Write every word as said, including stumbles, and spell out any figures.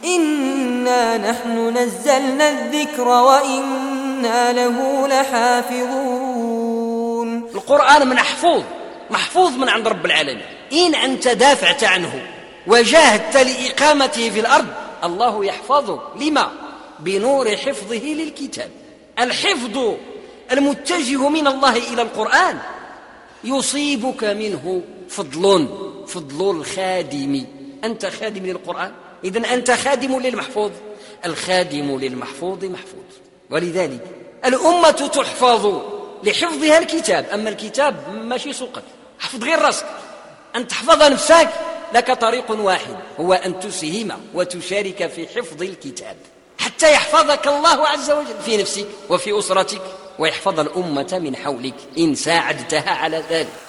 إنا نحن نزلنا الذكر وإنا له لحافظون. القرآن محفوظ محفوظ من عند رب العالمين. إن أنت دافعت عنه وجاهدت لإقامته في الأرض الله يحفظه. لما؟ بنور حفظه للكتاب. الحفظ المتجه من الله إلى القرآن يصيبك منه فضل فضل الخادم. أنت خادم للقرآن، إذن أنت خادم للمحفوظ. الخادم للمحفوظ محفوظ. ولذلك الأمة تحفظ لحفظها الكتاب. أما الكتاب ماشي سوقك، حفظ غير راسك. أن تحفظ نفسك لك طريق واحد، هو أن تسهم وتشارك في حفظ الكتاب حتى يحفظك الله عز وجل في نفسك وفي أسرتك، ويحفظ الأمة من حولك إن ساعدتها على ذلك.